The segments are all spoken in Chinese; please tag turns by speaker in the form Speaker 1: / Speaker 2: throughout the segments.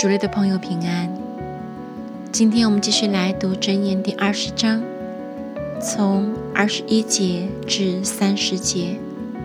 Speaker 1: 主内的朋友平安。今天我们继续来读箴言第20章，从21节至30节。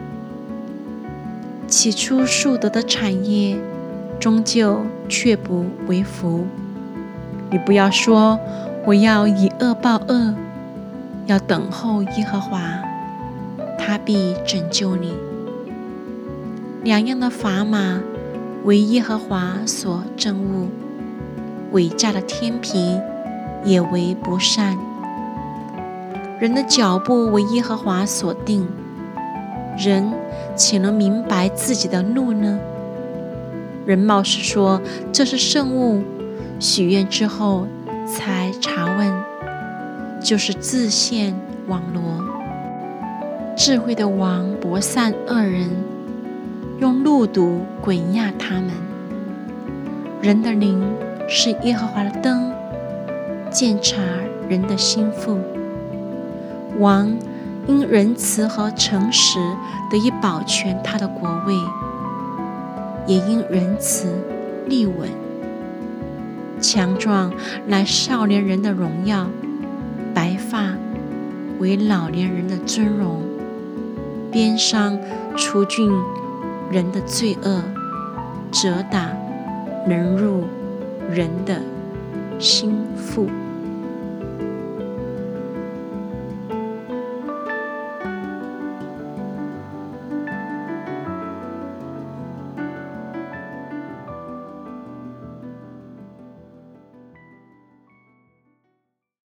Speaker 1: 起初树德的产业，终究却不为福。你不要说我要以恶报恶，要等候耶和华，他必拯救你。两样的砝码为耶和华所憎恶，诡诈的天平也为不善。人的脚步为耶和华所定，人岂能明白自己的路呢？人冒失说这是圣物，许愿之后才查问，就是自陷网罗。智慧的王驳散恶人，用路毒滚压他们。人的灵是耶和华的灯，鉴察人的心腹。王因仁慈和诚实得以保全他的国位，也因仁慈立稳。强壮乃少年人的荣耀，白发为老年人的尊荣。鞭伤除尽人的罪恶，责打能入人的心腹。